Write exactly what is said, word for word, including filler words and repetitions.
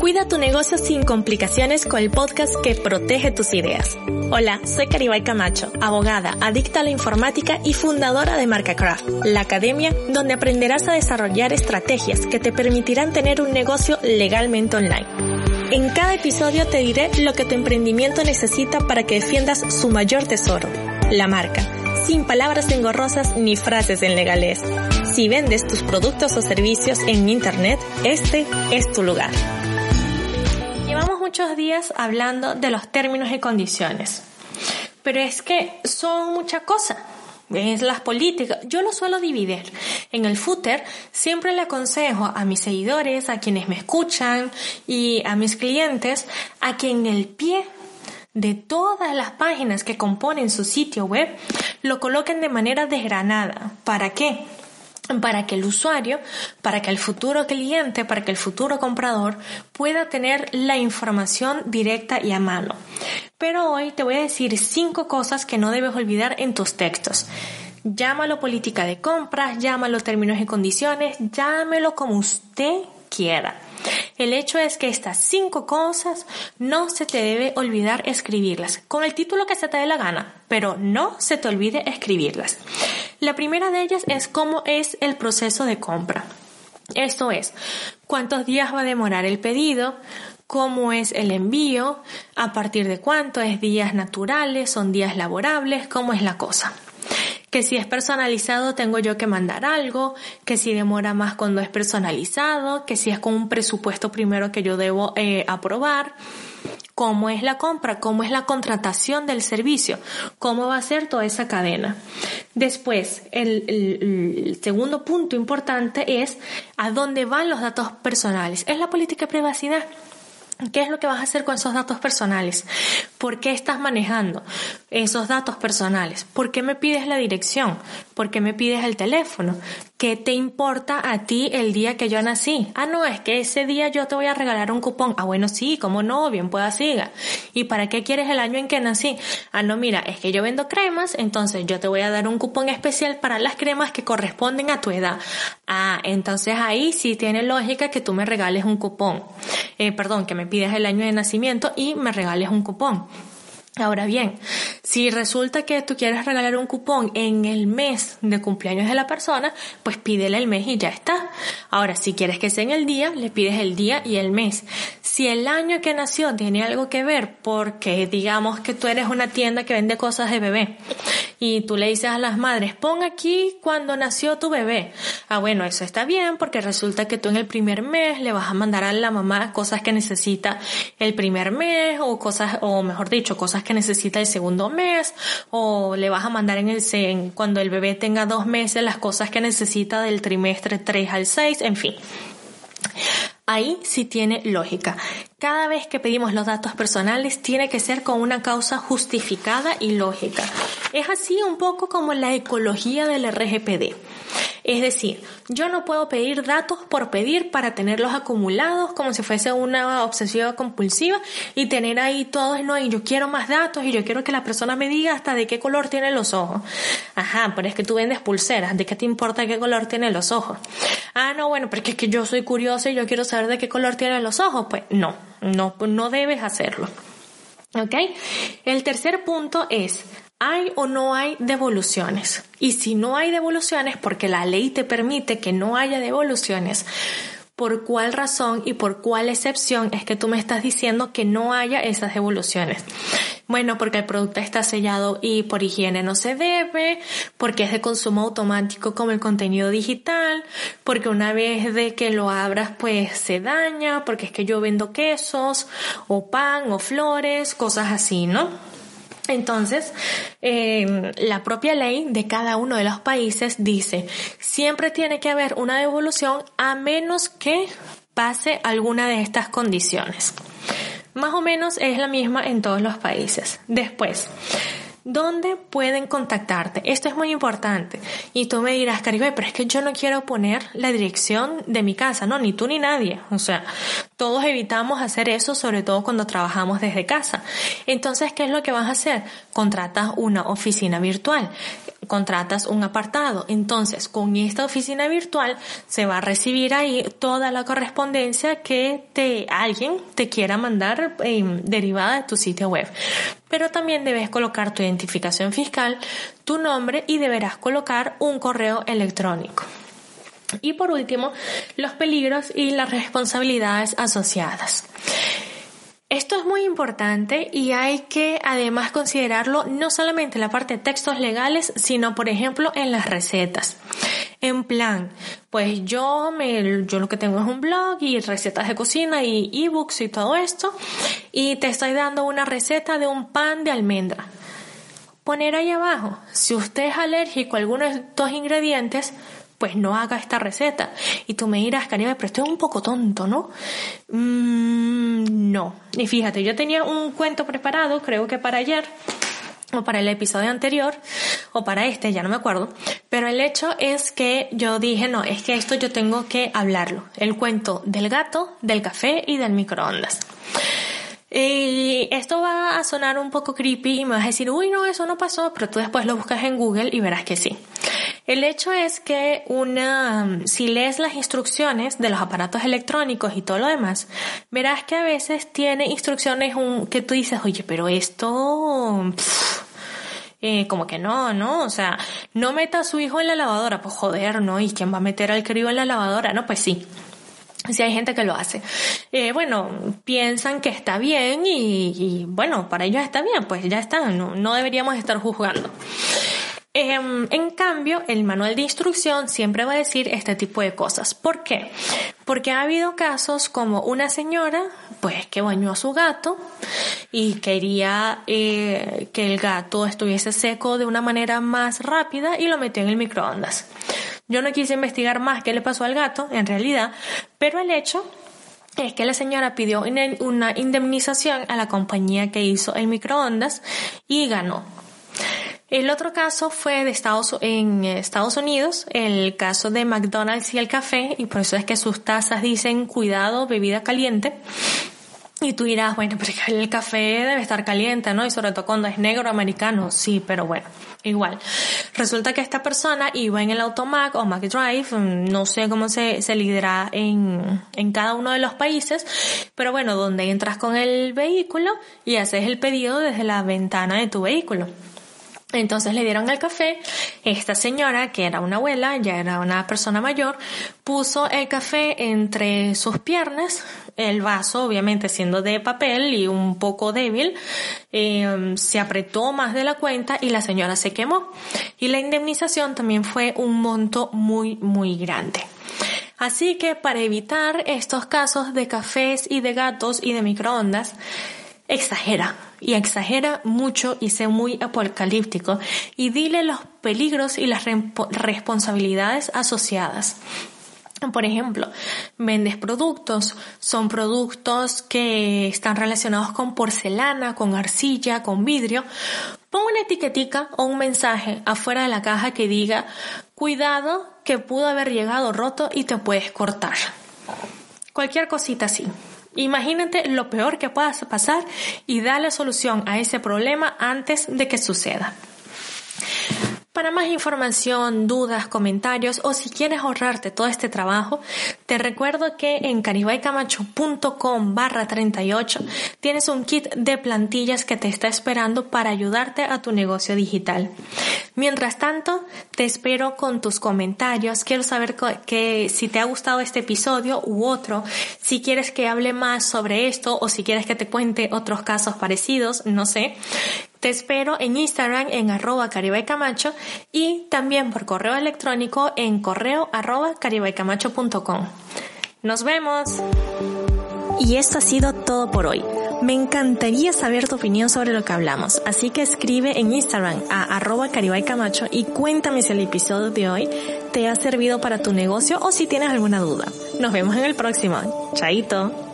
Cuida tu negocio sin complicaciones con el podcast que protege tus ideas. Hola, soy Caribay Camacho, abogada, adicta a la informática y fundadora de MarcaCraft, la academia donde aprenderás a desarrollar estrategias que te permitirán tener un negocio legalmente online. En cada episodio te diré lo que tu emprendimiento necesita para que defiendas su mayor tesoro, la marca, sin palabras engorrosas ni frases en legalés. Si vendes tus productos o servicios en internet, este es tu lugar. Llevamos muchos días hablando de los términos y condiciones, pero es que son mucha cosa. Es las políticas. Yo lo suelo dividir. En el footer siempre le aconsejo a mis seguidores, a quienes me escuchan y a mis clientes, a que en el pie de todas las páginas que componen su sitio web lo coloquen de manera desgranada. ¿Para qué? Para que el usuario, para que el futuro cliente, para que el futuro comprador pueda tener la información directa y a mano. Pero hoy te voy a decir cinco cosas que no debes olvidar en tus textos. Llámalo política de compras, llámalo términos y condiciones, llámelo como usted quiera. El hecho es que estas cinco cosas no se te debe olvidar escribirlas, con el título que se te dé la gana, pero no se te olvide escribirlas. La primera de ellas es cómo es el proceso de compra. Esto es, cuántos días va a demorar el pedido, cómo es el envío, a partir de cuánto, es días naturales, son días laborables, cómo es la cosa. Que si es personalizado tengo yo que mandar algo, que si demora más cuando es personalizado, que si es con un presupuesto primero que yo debo eh, aprobar, cómo es la compra, cómo es la contratación del servicio, cómo va a ser toda esa cadena. Después, el, el, el segundo punto importante es a dónde van los datos personales. Es la política de privacidad. ¿Qué es lo que vas a hacer con esos datos personales? ¿Por qué estás manejando esos datos personales? ¿Por qué me pides la dirección? ¿Por qué me pides el teléfono? ¿Qué te importa a ti el día que yo nací? Ah, no, es que ese día yo te voy a regalar un cupón. Ah, bueno, sí, cómo no, bien pueda siga. ¿Y para qué quieres el año en que nací? Ah, no, mira, es que yo vendo cremas, entonces yo te voy a dar un cupón especial para las cremas que corresponden a tu edad. Ah, entonces ahí sí tiene lógica que tú me regales un cupón. Eh, perdón, que me pides el año de nacimiento y me regales un cupón. Ahora bien, si resulta que tú quieres regalar un cupón en el mes de cumpleaños de la persona, pues pídele el mes y ya está. Ahora, si quieres que sea en el día, le pides el día y el mes. Si el año que nació tiene algo que ver, porque digamos que tú eres una tienda que vende cosas de bebé y tú le dices a las madres, pon aquí cuando nació tu bebé. Ah, bueno, eso está bien porque resulta que tú en el primer mes le vas a mandar a la mamá cosas que necesita el primer mes o cosas, o mejor dicho, cosas que necesita el segundo mes, o le vas a mandar en el en, cuando el bebé tenga dos meses las cosas que necesita del trimestre tres al seis, en fin. Ahí sí tiene lógica. Cada vez que pedimos los datos personales tiene que ser con una causa justificada y lógica. Es así un poco como la ecología del R G P D. Es decir, yo no puedo pedir datos por pedir para tenerlos acumulados como si fuese una obsesiva compulsiva y tener ahí todos, no, y yo quiero más datos y yo quiero que la persona me diga hasta de qué color tiene los ojos. Ajá, pero es que tú vendes pulseras, ¿de qué te importa qué color tiene los ojos? Ah, no, bueno, porque es que yo soy curiosa y yo quiero saber de qué color tienen los ojos. Pues no, no, no debes hacerlo. ¿Ok? El tercer punto es, ¿hay o no hay devoluciones? Y si no hay devoluciones, porque la ley te permite que no haya devoluciones, ¿por cuál razón y por cuál excepción es que tú me estás diciendo que no haya esas devoluciones? Bueno, porque el producto está sellado y por higiene no se debe, porque es de consumo automático como el contenido digital, porque una vez de que lo abras pues se daña, porque es que yo vendo quesos o pan o flores, cosas así, ¿no? Entonces, eh, la propia ley de cada uno de los países dice, siempre tiene que haber una devolución a menos que pase alguna de estas condiciones. Más o menos es la misma en todos los países. Después, ¿dónde pueden contactarte? Esto es muy importante. Y tú me dirás, Caribe, pero es que yo no quiero poner la dirección de mi casa. No, ni tú ni nadie. O sea, Todos evitamos hacer eso, sobre todo cuando trabajamos desde casa. Entonces, ¿qué es lo que vas a hacer? Contratas una oficina virtual, contratas un apartado. Entonces, con esta oficina virtual se va a recibir ahí toda la correspondencia que te alguien te quiera mandar eh, derivada de tu sitio web. Pero también debes colocar tu identificación fiscal, tu nombre y deberás colocar un correo electrónico. Y por último, los peligros y las responsabilidades asociadas. Esto es muy importante y hay que además considerarlo no solamente en la parte de textos legales, sino por ejemplo en las recetas. En plan, pues yo me, yo lo que tengo es un blog y recetas de cocina y ebooks y todo esto, y te estoy dando una receta de un pan de almendra. Poner ahí abajo, si usted es alérgico a alguno de estos ingredientes, pues no haga esta receta. Y tú me dirás, Caribe, pero esto es un poco tonto, ¿no? Mm, no. Y fíjate, yo tenía un cuento preparado, creo que para ayer, o para el episodio anterior, o para este, ya no me acuerdo. Pero el hecho es que yo dije, no, es que esto yo tengo que hablarlo. El cuento del gato, del café y del microondas. Y esto va a sonar un poco creepy y me vas a decir, uy, no, eso no pasó, pero tú después lo buscas en Google y verás que sí. El hecho es que una, si lees las instrucciones de los aparatos electrónicos y todo lo demás, verás que a veces tiene instrucciones un, que tú dices, oye, pero esto, pff, eh, como que no, ¿no? O sea, no meta a su hijo en la lavadora, pues joder, ¿no? ¿Y quién va a meter al crío en la lavadora? No, pues sí. Sí hay gente que lo hace. Eh, bueno, piensan que está bien y, y bueno, para ellos está bien, pues ya está, no, no deberíamos estar juzgando. Eh, en cambio, el manual de instrucción siempre va a decir este tipo de cosas. ¿Por qué? Porque ha habido casos como una señora, pues, que bañó a su gato y quería eh, que el gato estuviese seco de una manera más rápida y lo metió en el microondas. Yo no quise investigar más qué le pasó al gato, en realidad, pero el hecho es que la señora pidió una indemnización a la compañía que hizo el microondas y ganó. El otro caso fue de Estados, en Estados Unidos, el caso de McDonald's y el café, y por eso es que sus tazas dicen cuidado, bebida caliente. Y tú dirás, bueno, pero el café debe estar caliente, ¿no? Y sobre todo cuando es negro americano, sí, pero bueno, igual. Resulta que esta persona iba en el Automac o McDrive, no sé cómo se, se lidera en, en cada uno de los países, pero bueno, donde entras con el vehículo y haces el pedido desde la ventana de tu vehículo. Entonces le dieron el café. Esta señora, que era una abuela, ya era una persona mayor, puso el café entre sus piernas, el vaso obviamente siendo de papel y un poco débil, eh, se apretó más de la cuenta y la señora se quemó. Y la indemnización también fue un monto muy, muy grande. Así que para evitar estos casos de cafés y de gatos y de microondas, exagera, y exagera mucho y sé muy apocalíptico y dile los peligros y las responsabilidades asociadas. Por ejemplo, vendes productos, son productos que están relacionados con porcelana, con arcilla, con vidrio. Pon una etiquetica o un mensaje afuera de la caja que diga, cuidado que pudo haber llegado roto y te puedes cortar. Cualquier cosita así. Imagínate lo peor que pueda pasar y dale solución a ese problema antes de que suceda. Para más información, dudas, comentarios o si quieres ahorrarte todo este trabajo, te recuerdo que en caribaycamacho.com barra 38 tienes un kit de plantillas que te está esperando para ayudarte a tu negocio digital. Mientras tanto, te espero con tus comentarios. Quiero saber que si te ha gustado este episodio u otro, si quieres que hable más sobre esto o si quieres que te cuente otros casos parecidos, no sé. Te espero en Instagram en arroba caribaycamacho y también por correo electrónico en correo arroba caribaycamacho punto com. ¡Nos vemos! Y esto ha sido todo por hoy. Me encantaría saber tu opinión sobre lo que hablamos, así que escribe en Instagram a arroba caribaycamacho y cuéntame si el episodio de hoy te ha servido para tu negocio o si tienes alguna duda. Nos vemos en el próximo. ¡Chaito!